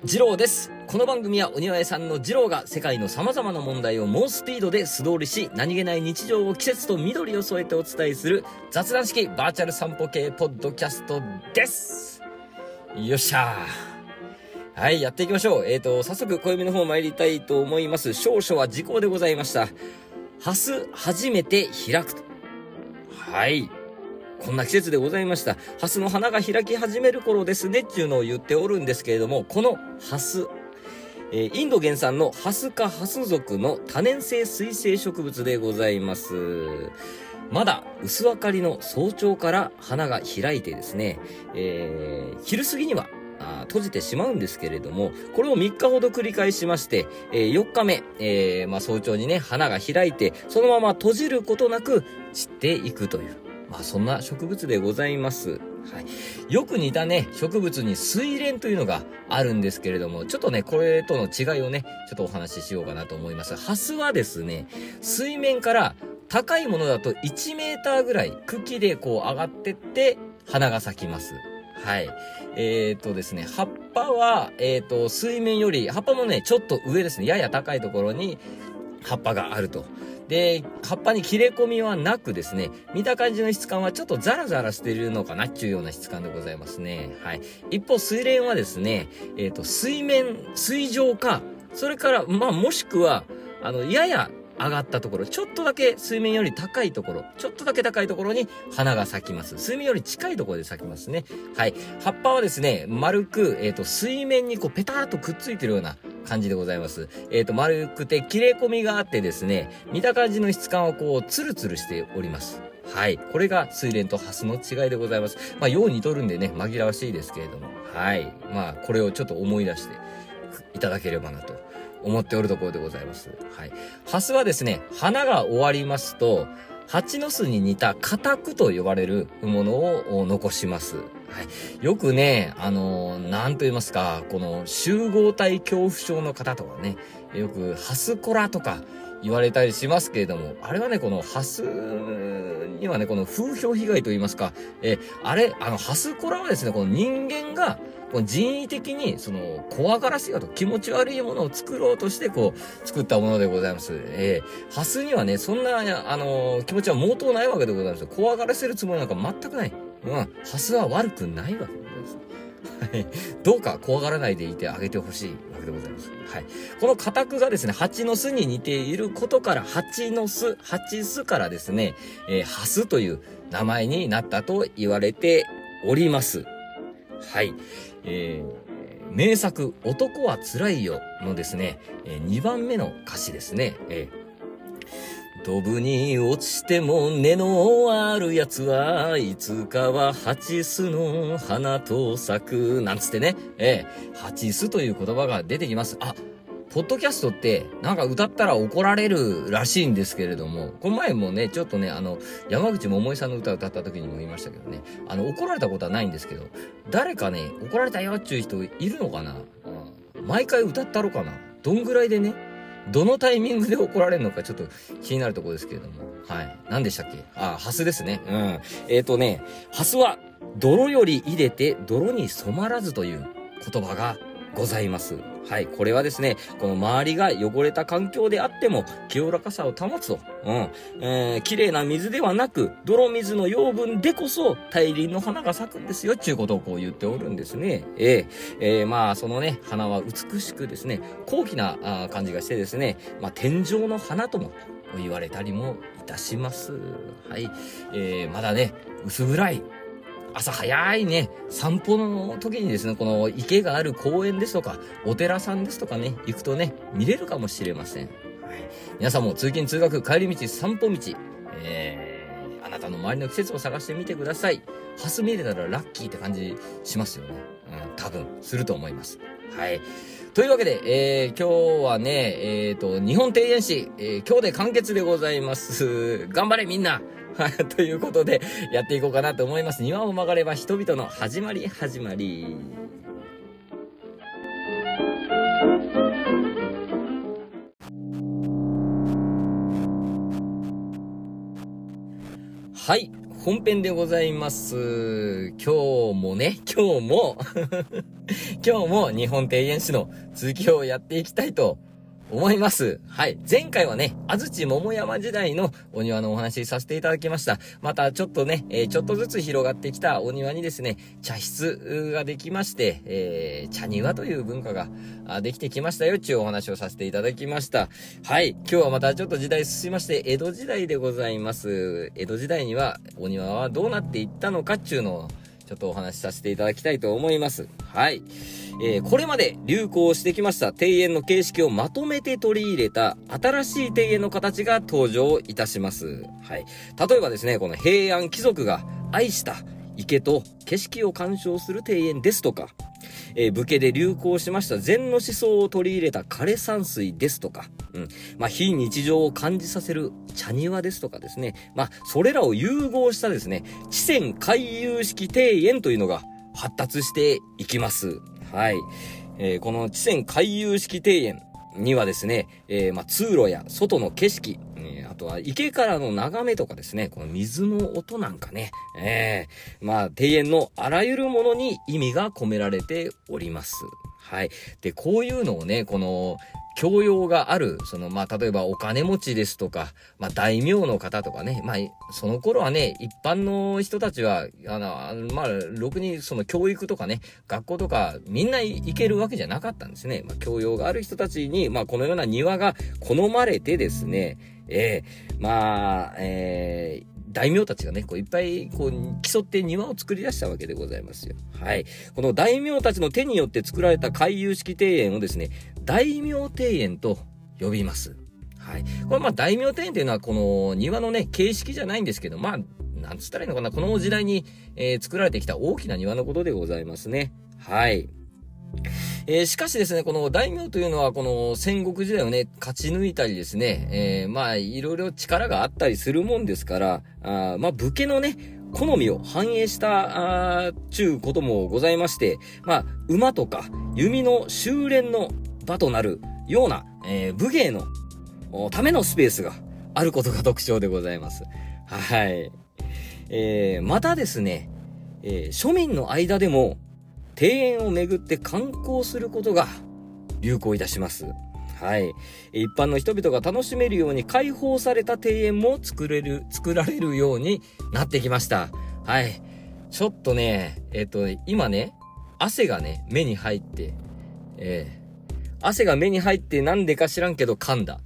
二郎です。この番組はお庭屋さんの二郎が世界の様々な問題を猛スピードで素通りし、何気ない日常を季節と緑を添えてお伝えする雑談式バーチャル散歩系ポッドキャストです。よっしゃー。はい、やっていきましょう。早速暦の方参りたいと思います。少々は時効でございました。ハス初めて開くと。はい。こんな季節でございました。ハスの花が開き始める頃ですねっていうのを言っておるんですけれども、このハス、インド原産のハス科ハス属の多年生水生植物でございます。まだ薄明かりの早朝から花が開いてですね、昼過ぎには閉じてしまうんですけれども、これを3日ほど繰り返しまして、4日目、早朝にね、花が開いて、そのまま閉じることなく散っていくという。そんな植物でございます。はい。よく似たね、植物に睡蓮というのがあるんですけれども、ちょっとね、これとの違いをね、ちょっとお話ししようかなと思います。ハスはですね、水面から高いものだと1メーターぐらい茎でこう上がってって花が咲きます。はい。ですね、葉っぱは、水面より、葉っぱもね、ちょっと上ですね、やや高いところに葉っぱがあると。で、葉っぱに切れ込みはなくですね、見た感じの質感はちょっとザラザラしてるのかなっていうような質感でございますね。はい。一方、睡蓮はですね、水上か、それから、もしくは、やや上がったところ、ちょっとだけ水面より高いところ、ちょっとだけ高いところに花が咲きます。水面より近いところで咲きますね。はい。葉っぱはですね、丸く、水面にこうペターっとくっついてるような感じでございます。丸くて切れ込みがあってですね、見た感じの質感はこう、ツルツルしております。はい。これが睡蓮とハスの違いでございます。よう似とるんでね、紛らわしいですけれども。はい。これをちょっと思い出していただければなと思っておるところでございます。はい。ハスはですね、花が終わりますと、蜂の巣に似た花托と呼ばれるものを残します。はい。よくね、なんと言いますか、この集合体恐怖症の方とかね、よくハスコラとか言われたりしますけれども、あれはね、このハスにはね、この風評被害と言いますか、ハスコラはですね、この人間が、人為的に、怖がらせようと気持ち悪いものを作ろうとして、作ったものでございます。ハスにはね、そんな、気持ちは毛頭ないわけでございます。怖がらせるつもりなんか全くない。ハスは悪くないわけでございます。はい。どうか怖がらないでいてあげてほしいわけでございます。はい。この花托がですね、蜂の巣に似ていることから、蜂巣からですね、ハスという名前になったと言われております。はい。名作、男はつらいよのですね、2番目の歌詞ですね。ドブに落ちても根のあるやつはいつかは蜂巣の花と咲くなんつってね、蜂巣という言葉が出てきます。ポッドキャストってなんか歌ったら怒られるらしいんですけれども、この前もね、ちょっとね、山口百恵さんの歌を歌った時にも言いましたけどね、怒られたことはないんですけど、誰かね、怒られたよっていう人いるのかな、毎回歌ったろかな、どんぐらいでね、どのタイミングで怒られるのかちょっと気になるところですけれども。はい。何でしたっけ？ハスですね。ハスは泥より入れて泥に染まらずという言葉がございます。はい。これはですね、この周りが汚れた環境であっても清らかさを保つと。綺麗な水ではなく、泥水の養分でこそ大輪の花が咲くんですよ、っていうことを言っておるんですね。そのね、花は美しくですね、高貴な感じがしてですね、天井の花とも言われたりもいたします。はい。まだね、薄暗い朝早いね、散歩の時にですね、この池がある公園ですとか、お寺さんですとかね、行くとね、見れるかもしれません。はい。皆さんも通勤通学、帰り道、散歩道、あなたの周りの季節を探してみてください。ハス見れたらラッキーって感じしますよね。多分、すると思います。はい。というわけで、今日はね、日本庭園史、今日で完結でございます。頑張れみんなということで、やっていこうかなと思います。庭を曲がれば人々の始まり。はい。 本編でございます。今日も今日も日本庭園史の続きをやっていきたいと思います。はい。前回はね、安土桃山時代のお庭のお話しさせていただきました。またちょっとね、ちょっとずつ広がってきたお庭にですね、茶室ができまして、茶庭という文化ができてきましたよっていうお話をさせていただきました。はい。今日はまたちょっと時代進みまして、江戸時代でございます。江戸時代にはお庭はどうなっていったのかっていうのをちょっとお話しさせていただきたいと思います。はい。これまで流行してきました庭園の形式をまとめて取り入れた新しい庭園の形が登場いたします。はい。例えばですね、この平安貴族が愛した池と景色を鑑賞する庭園ですとか、武家で流行しました禅の思想を取り入れた枯山水ですとか、非日常を感じさせる茶庭ですとかですね、それらを融合したですね、池泉回遊式庭園というのが発達していきます。はい。この池泉回遊式庭園にはですね、通路や外の景色、あとは池からの眺めとかですね、この水の音なんかね、庭園のあらゆるものに意味が込められております。はい。で、こういうのをね、この、教養がある、例えばお金持ちですとか、大名の方とかね、その頃はね、一般の人たちは、ろくに教育とかね、学校とか、みんな行けるわけじゃなかったんですね。教養がある人たちに、このような庭が好まれてですね、大名たちがね、いっぱい、競って庭を作り出したわけでございますよ。はい。この大名たちの手によって作られた回遊式庭園をですね、大名庭園と呼びます。はい。これ大名庭園というのは、この庭のね、形式じゃないんですけど、なんつったらいいのかな、この時代に、作られてきた大きな庭のことでございますね。はい。しかしですね、この大名というのは、この戦国時代をね、勝ち抜いたりですね、いろいろ力があったりするもんですから、武家のね、好みを反映した、ちゅうこともございまして、馬とか弓の修練の場となるような、武芸のためのスペースがあることが特徴でございます。はい。またですね、庶民の間でも、庭園を巡って観光することが流行いたします。はい。一般の人々が楽しめるように開放された庭園も作られるようになってきました。はい。ちょっとね、今ね、汗がね、目に入って、汗が目に入ってなんでか知らんけど噛んだ。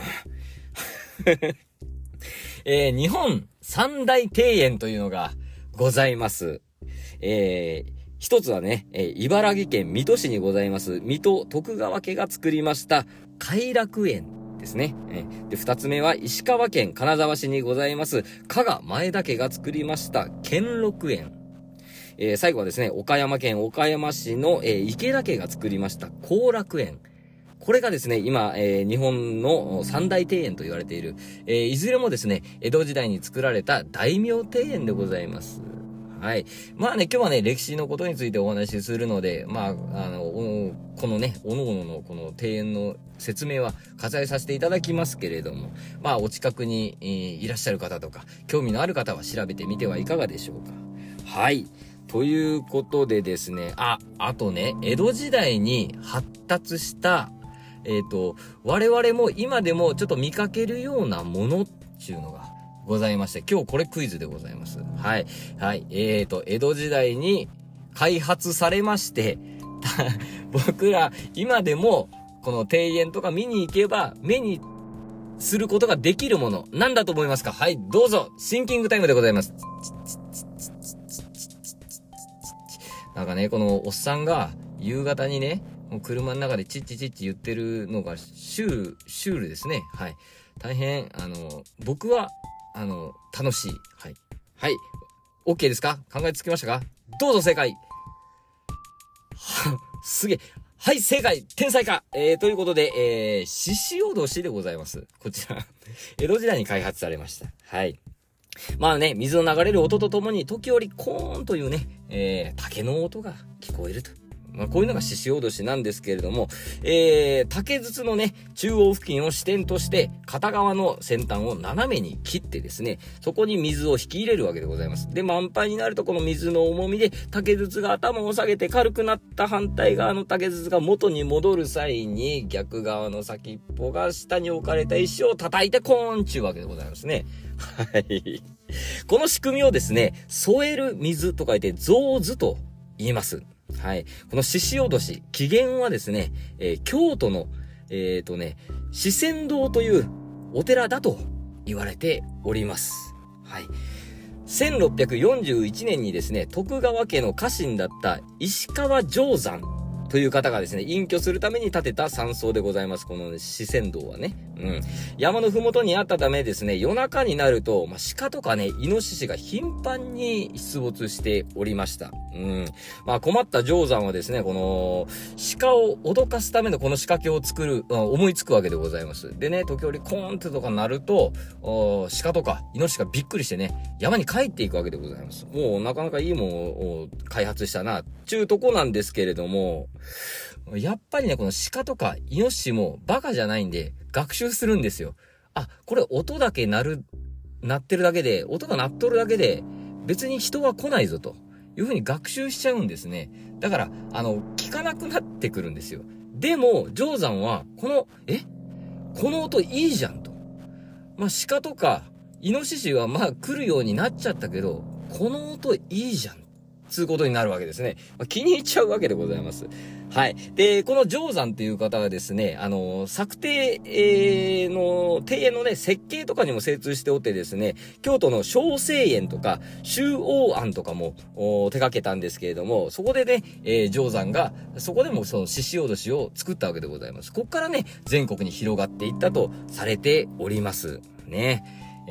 日本三大庭園というのがございます。一つはね、茨城県水戸市にございます、水戸徳川家が作りました偕楽園ですね。で、二つ目は石川県金沢市にございます、加賀前田家が作りました兼六園。最後はですね、岡山県岡山市の、池田家が作りました後楽園。これがですね、今、日本の三大庭園と言われている、いずれもですね、江戸時代に作られた大名庭園でございます。はい。今日はね、歴史のことについてお話しするので、このね、各々のこの庭園の説明は割愛させていただきますけれども、お近くに、いらっしゃる方とか、興味のある方は調べてみてはいかがでしょうか。はい。ということでですね、あとね、江戸時代に発達した、我々も今でもちょっと見かけるようなものっていうのが、ございまして、今日これクイズでございます。はい。はい。江戸時代に開発されまして、僕ら今でもこの庭園とか見に行けば目にすることができるもの、なんだと思いますか？はい、どうぞ、シンキングタイムでございます。なんかね、このおっさんが夕方にね、車の中でチッチチッチ言ってるのがシュールですね。はい。大変、僕は、楽しい。はい。はい。OK ですか？考えつきましたか？どうぞ正解。すげえ。はい、正解。天才か。ということで、獅子おどしでございます。こちら。江戸時代に開発されました。はい。水の流れる音とともに、時折コーンというね、竹の音が聞こえると。 こういうのが獅子おどしなんですけれども、竹筒のね、中央付近を支点として、片側の先端を斜めに切ってですね、そこに水を引き入れるわけでございます。で、満杯になるとこの水の重みで、竹筒が頭を下げて軽くなった反対側の竹筒が元に戻る際に、逆側の先っぽが下に置かれた石を叩いてコーンちゅうわけでございますね。はい。この仕組みをですね、添える水と書いて、増図と言います。はい。この獅子おどし、起源はですね、京都の、四川堂というお寺だと言われております。はい。1641年にですね、徳川家の家臣だった石川定山という方がですね、隠居するために建てた山荘でございます。この四川堂はね。山のふもとにあったためですね、夜中になると、鹿とかね、イノシシが頻繁に出没しておりました。困った定山はですね、この、鹿を脅かすためのこの仕掛けを思いつくわけでございます。でね、時折コーンってとか鳴ると、鹿とかイノシシがびっくりしてね、山に帰っていくわけでございます。もうなかなかいいものを開発したな、ちゅうとこなんですけれども、やっぱりね、この鹿とかイノシシもバカじゃないんで、学習するんですよ。あ、これ音だけ鳴ってるだけで、音が鳴っとるだけで、別に人は来ないぞというふうに学習しちゃうんですね。だから、聞かなくなってくるんですよ。でも、定山は、この音いいじゃんと。鹿とか、イノシシは来るようになっちゃったけど、この音いいじゃん。つうことになるわけですね。気に入っちゃうわけでございます。はい。で、この定山っていう方はですね、作庭、の庭園のね、設計とかにも精通しておってですね、京都の小生園とか、周王庵とかも手掛けたんですけれども、そこでね、定山が、そこでもその獅子おどしを作ったわけでございます。こっからね、全国に広がっていったとされております。ね。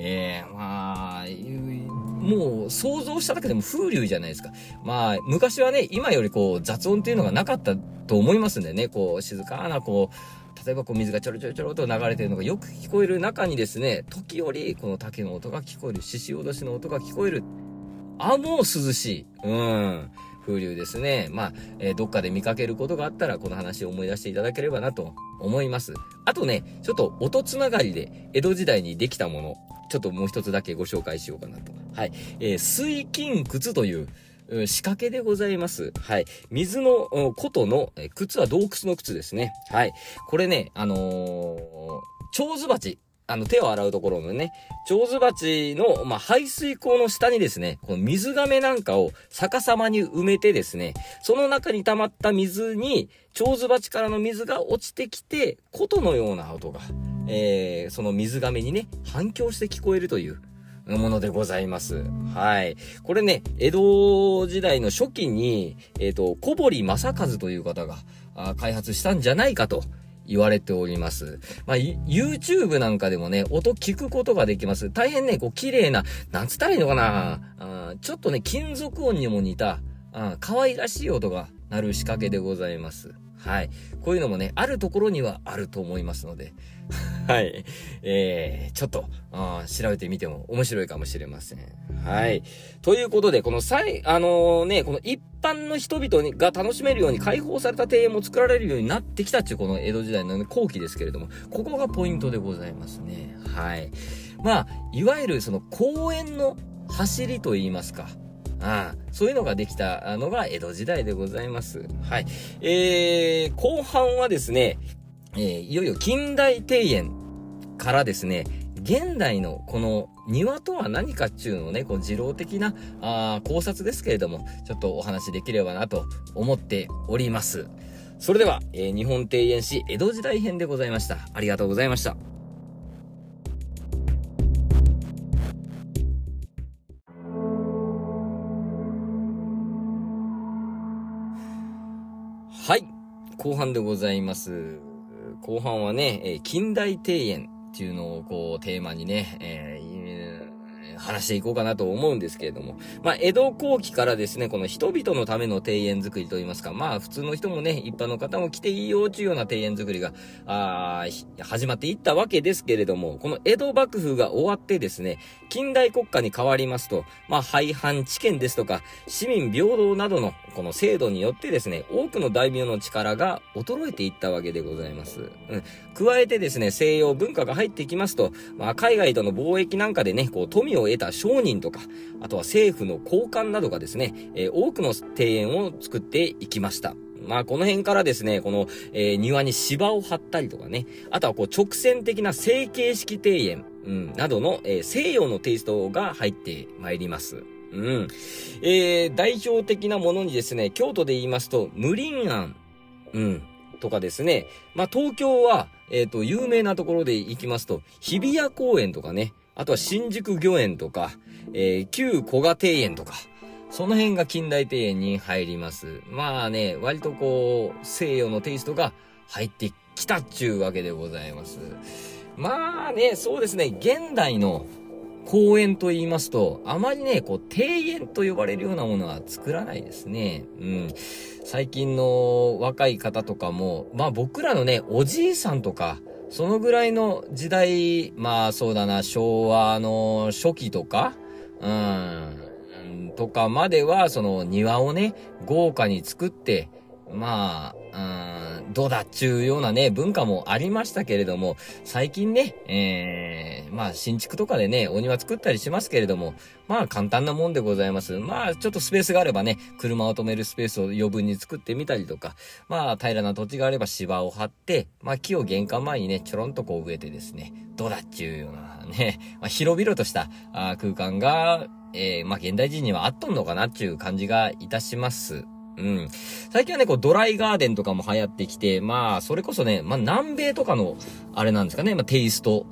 もう想像しただけでも風流じゃないですか。昔はね、今より雑音っていうのがなかったと思いますんでね、静かな例えば水がちょろちょろちょろと流れてるのがよく聞こえる中にですね、時折この竹の音が聞こえる、獅子おどしの音が聞こえる。もう涼しい。風流ですね。どっかで見かけることがあったら、この話を思い出していただければなと思います。あとね、ちょっと音つながりで、江戸時代にできたもの、ちょっともう一つだけご紹介しようかなと。はい。水金窟という仕掛けでございます。はい。水のことの靴は洞窟の靴ですね。はい。これね、蝶ズバチ。手を洗うところのね、蝶ズバチの、排水口の下にですね、この水亀なんかを逆さまに埋めてですね、その中に溜まった水に、蝶ズバチからの水が落ちてきて、琴のような音が、その水亀にね、反響して聞こえるというものでございます。はい。これね、江戸時代の初期に、小堀正和という方が開発したんじゃないかと言われております。YouTube なんかでもね、音聞くことができます。大変ね、綺麗な、なんつったらいいのかな、ちょっとね、金属音にも似た、可愛らしい音が鳴る仕掛けでございます。はい。こういうのもね、あるところにはあると思いますので、はい。ちょっと、調べてみても面白いかもしれません。はい。ということで、このこの一般の人々が楽しめるように開放された庭園も作られるようになってきたっていうこの江戸時代の、後期ですけれども、ここがポイントでございますね。はい。いわゆるその公園の走りといいますか。そういうのができたのが江戸時代でございます。はい。後半はですね、いよいよ近代庭園からですね、現代のこの庭とは何かっていうのをね、持論的な考察ですけれども、ちょっとお話できればなと思っております。それでは、日本庭園史江戸時代編でございました。ありがとうございました。はい。後半でございます。後半はね、近代庭園っていうのをテーマにね、 話していこうかなと思うんですけれども。江戸後期からですね、この人々のための庭園作りといいますか、普通の人もね、一般の方も来ていいよというような庭園作りが、始まっていったわけですけれども、この江戸幕府が終わってですね、近代国家に変わりますと、廃藩置県ですとか、市民平等などのこの制度によってですね、多くの大名の力が衰えていったわけでございます。加えてですね、西洋文化が入ってきますと、海外との貿易なんかでね、富を得た商人とか、あとは政府の高官などがですね、多くの庭園を作っていきました。この辺からですね、この、庭に芝を張ったりとかね、あとは直線的な成形式庭園、などの、西洋のテイストが入ってまいります。代表的なものにですね、京都で言いますと、無鄰庵、とかですね、東京は、有名なところで行きますと、日比谷公園とかね、あとは新宿御苑とか、旧古賀庭園とか、その辺が近代庭園に入ります。割と西洋のテイストが入ってきたっちゅうわけでございます。そうですね、現代の公園と言いますと、あまりね、庭園と呼ばれるようなものは作らないですね。最近の若い方とかも、僕らのね、おじいさんとか、そのぐらいの時代、そうだな、昭和の初期とか、とかまでは、その庭をね、豪華に作って、どうだっちゅうようなね、文化もありましたけれども、最近ね、新築とかでね、お庭作ったりしますけれども、簡単なもんでございます。ちょっとスペースがあればね、車を止めるスペースを余分に作ってみたりとか、平らな土地があれば芝を張って、木を玄関前にね、ちょろんと植えてですね、どうだっちゅうようなね、広々とした空間が、現代人にはあっとんのかなっていう感じがいたします。最近はね、ドライガーデンとかも流行ってきて、それこそね、南米とかの、あれなんですかね、テイスト、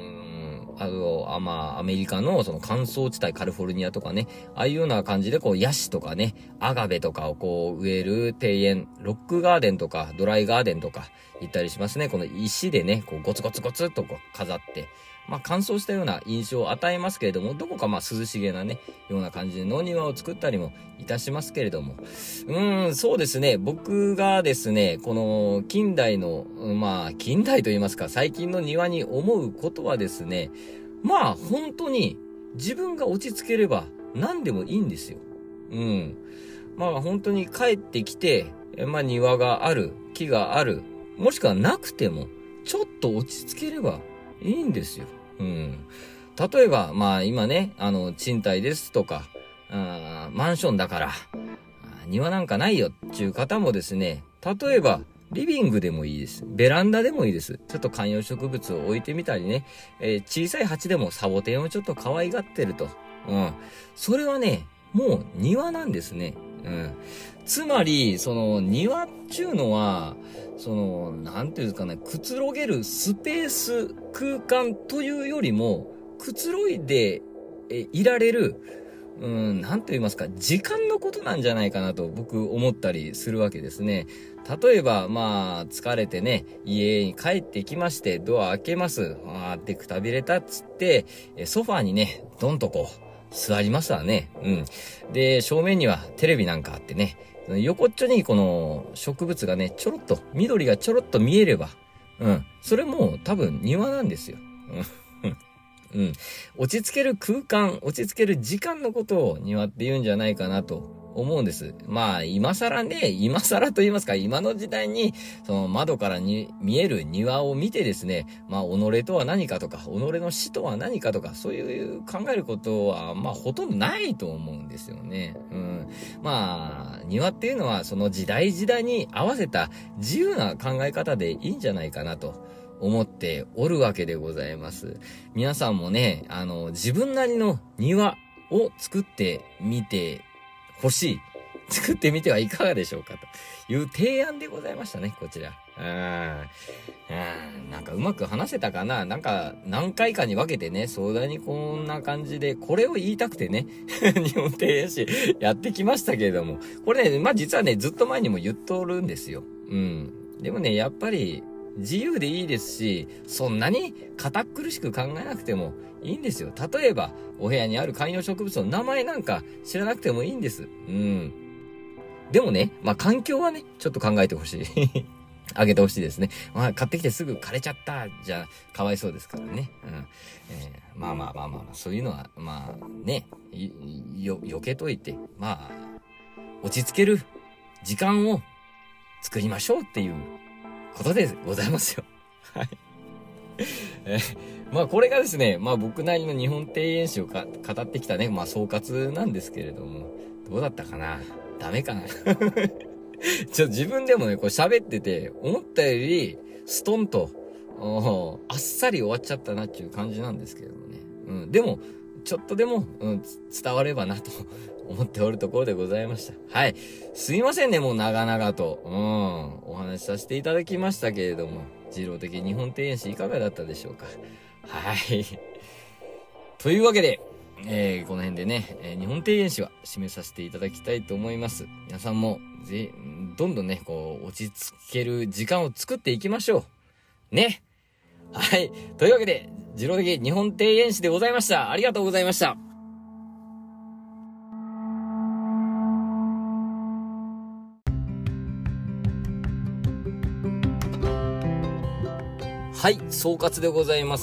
アメリカのその乾燥地帯、カリフォルニアとかね、ああいうような感じでヤシとかね、アガベとかを植える庭園、ロックガーデンとか、ドライガーデンとか、行ったりしますね。この石でね、ゴツゴツゴツっと飾って、乾燥したような印象を与えますけれども、どこか涼しげなね、ような感じで野庭を作ったりもいたしますけれども。そうですね。僕がですね、この近代の、近代と言いますか、最近の庭に思うことはですね、本当に自分が落ち着ければ何でもいいんですよ。本当に帰ってきて、庭がある、木がある、もしくはなくても、ちょっと落ち着ければいいんですよ。例えば、今ね、賃貸ですとか、マンションだから、庭なんかないよっていう方もですね、例えば、リビングでもいいです。ベランダでもいいです。ちょっと観葉植物を置いてみたりね、小さい鉢でもサボテンをちょっと可愛がってると。それはね、もう庭なんですね。つまり、その庭っていうのは、なんていうんですかね、くつろげるスペース、空間というよりも、くつろいでいられる、なんと言いますか、時間のことなんじゃないかなと僕思ったりするわけですね。例えば、疲れてね、家に帰ってきまして、ドア開けます。ってくたびれたっつって、ソファーにね、どんと座りますわね。で、正面にはテレビなんかあってね、横っちょにこの植物がね、ちょろっと、緑がちょろっと見えれば、それも多分庭なんですよ。落ち着ける空間、落ち着ける時間のことを庭って言うんじゃないかなと思うんです。今更と言いますか、今の時代に、その窓からに見える庭を見てですね、己とは何かとか、己の死とは何かとか、そういう考えることは、ほとんどないと思うんですよね。庭っていうのは、その時代時代に合わせた自由な考え方でいいんじゃないかなと思っておるわけでございます。皆さんもね、自分なりの庭を作ってみてほしい。作ってみてはいかがでしょうかという提案でございましたね、こちら。なんかうまく話せたかな。なんか何回かに分けてね、壮大にこんな感じで、これを言いたくてね、日本庭園史やってきましたけれども、これね、実はね、ずっと前にも言っとるんですよ。でもね、やっぱり、自由でいいですし、そんなに堅苦しく考えなくてもいいんですよ。例えば、お部屋にある観葉植物の名前なんか知らなくてもいいんです。でもね、環境はね、ちょっと考えてほしい。あげてほしいですね。買ってきてすぐ枯れちゃった、じゃかわいそうですからね。そういうのは、ね、避けといて、落ち着ける時間を作りましょうっていうことでございますよ。はい。これがですね、僕なりの日本庭園史を語ってきたね、総括なんですけれども、どうだったかな？ダメかな？自分でもね、こう喋ってて、思ったより、ストンと、あっさり終わっちゃったなっていう感じなんですけれどもね。でも、ちょっとでも、伝わればなと思っておるところでございました。はい。すいませんね、もう長々と、お話しさせていただきましたけれども、二郎的日本庭園史いかがだったでしょうか。はい。というわけで、この辺でね、日本庭園史は締めさせていただきたいと思います。皆さんもどんどんね、こう、落ち着ける時間を作っていきましょう。ね。はい。というわけで、二郎的日本庭園史でございました。ありがとうございました。はい、総括でございます。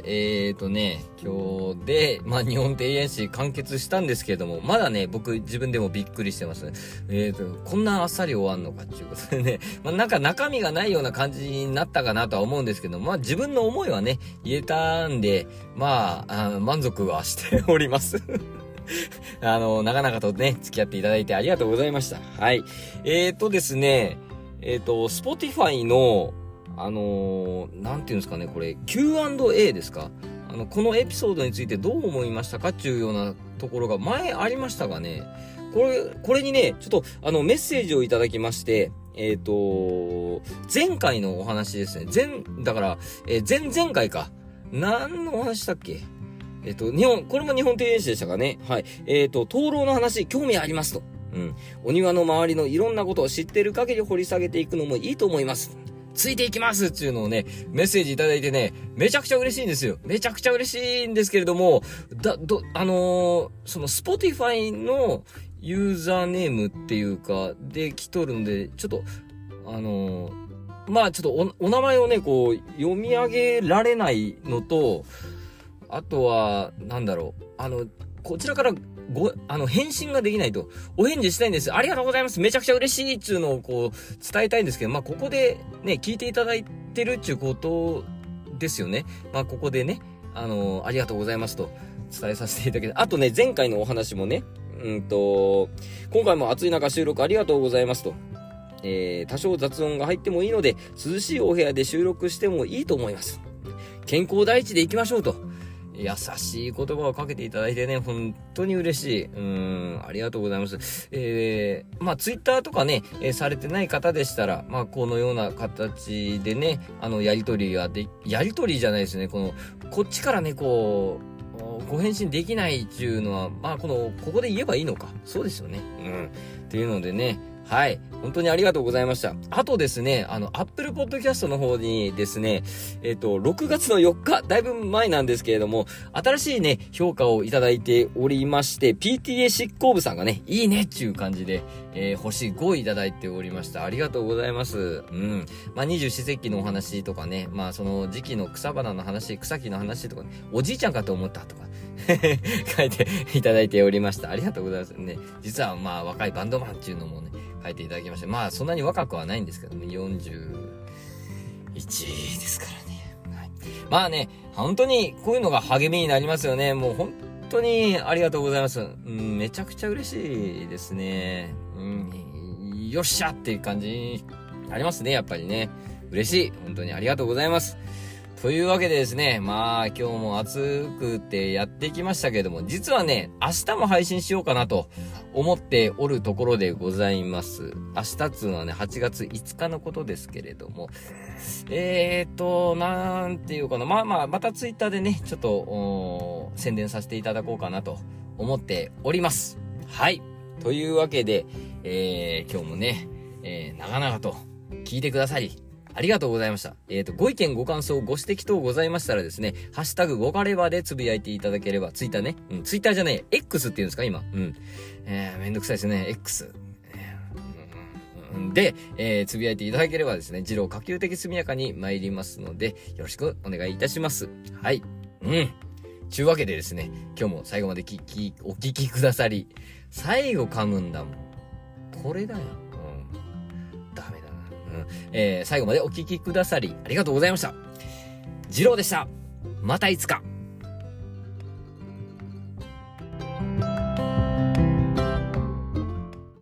今日で、日本庭園史完結したんですけれども、まだね、僕自分でもびっくりしてます。こんなあっさり終わんのかっていうことでね、なんか中身がないような感じになったかなとは思うんですけど、自分の思いはね、言えたんで、満足はしております。長々とね、付き合っていただいてありがとうございました。はい。ですね、Spotify の、なんていうんですかね、これ、Q&A ですか？このエピソードについてどう思いましたかっていうようなところが前ありましたがね、これにね、ちょっと、メッセージをいただきまして、前回のお話ですね。前々回か。何のお話だっけ？これも日本庭園史でしたかね。はい。灯籠の話、興味ありますと。お庭の周りのいろんなことを知ってる限り掘り下げていくのもいいと思います。ついていきますっていうのをね、メッセージいただいてね、めちゃくちゃ嬉しいんですよ。めちゃくちゃ嬉しいんですけれども、その Spotify のユーザーネームっていうか、で来とるんで、ちょっと、ちょっとお名前をね、こう、読み上げられないのと、あとは、こちらから返信ができないと、お返事したいんです。ありがとうございます。めちゃくちゃ嬉しいっていうのをこう、伝えたいんですけど、ここでね、聞いていただいてるっていうことですよね。ここでね、ありがとうございますと伝えさせていただき、あとね、前回のお話もね、今回も暑い中収録ありがとうございますと。多少雑音が入ってもいいので、涼しいお部屋で収録してもいいと思います。健康第一で行きましょうと。優しい言葉をかけていただいてね、本当に嬉しい。ありがとうございます。ツイッターとかね、されてない方でしたら、このような形でね、やりとりじゃないですね。こっちからね、こう、ご返信できないっていうのは、ここで言えばいいのか。そうですよね。っていうのでね、はい。本当にありがとうございました。あとですね、Apple Podcast の方にですね、6月の4日、だいぶ前なんですけれども、新しいね、評価をいただいておりまして、PTA 執行部さんがね、いいねっていう感じで、星5いただいておりました。ありがとうございます。二十四節気のお話とかね、その時期の草花の話、草木の話とかね、おじいちゃんかと思ったとか、書いていただいておりました。ありがとうございますね。実は若いバンドマンっていうのもね、書いていただきまして、そんなに若くはないんですけども、41ですからね。はい。本当にこういうのが励みになりますよね。もう本当にありがとうございます。めちゃくちゃ嬉しいですね。よっしゃっていう感じになりますね、やっぱりね。嬉しい。本当にありがとうございます。というわけでですね、今日も暑くてやってきましたけれども、実はね、明日も配信しようかなと思っておるところでございます。明日っつうのはね、8月5日のことですけれども、なんていうかな、またツイッターでね、ちょっと、宣伝させていただこうかなと思っております。はい。というわけで、今日もね、長々と聞いてくださり、 ありがとうございました。ご意見、ご感想、ご指摘等ございましたらですね、ハッシュタグごかればでつぶやいていただければ、ツイッターね。ツイッターじゃねえ、X って言うんですか、今。めんどくさいですね、X。で、つぶやいていただければですね、二郎可及的速やかに参りますので、よろしくお願いいたします。はい。ちゅうわけでですね、今日も最後までお聞きくださり、最後噛むんだもん。これだよ。ダメだな。最後までお聞きくださり、ありがとうございました。二郎でした。またいつか。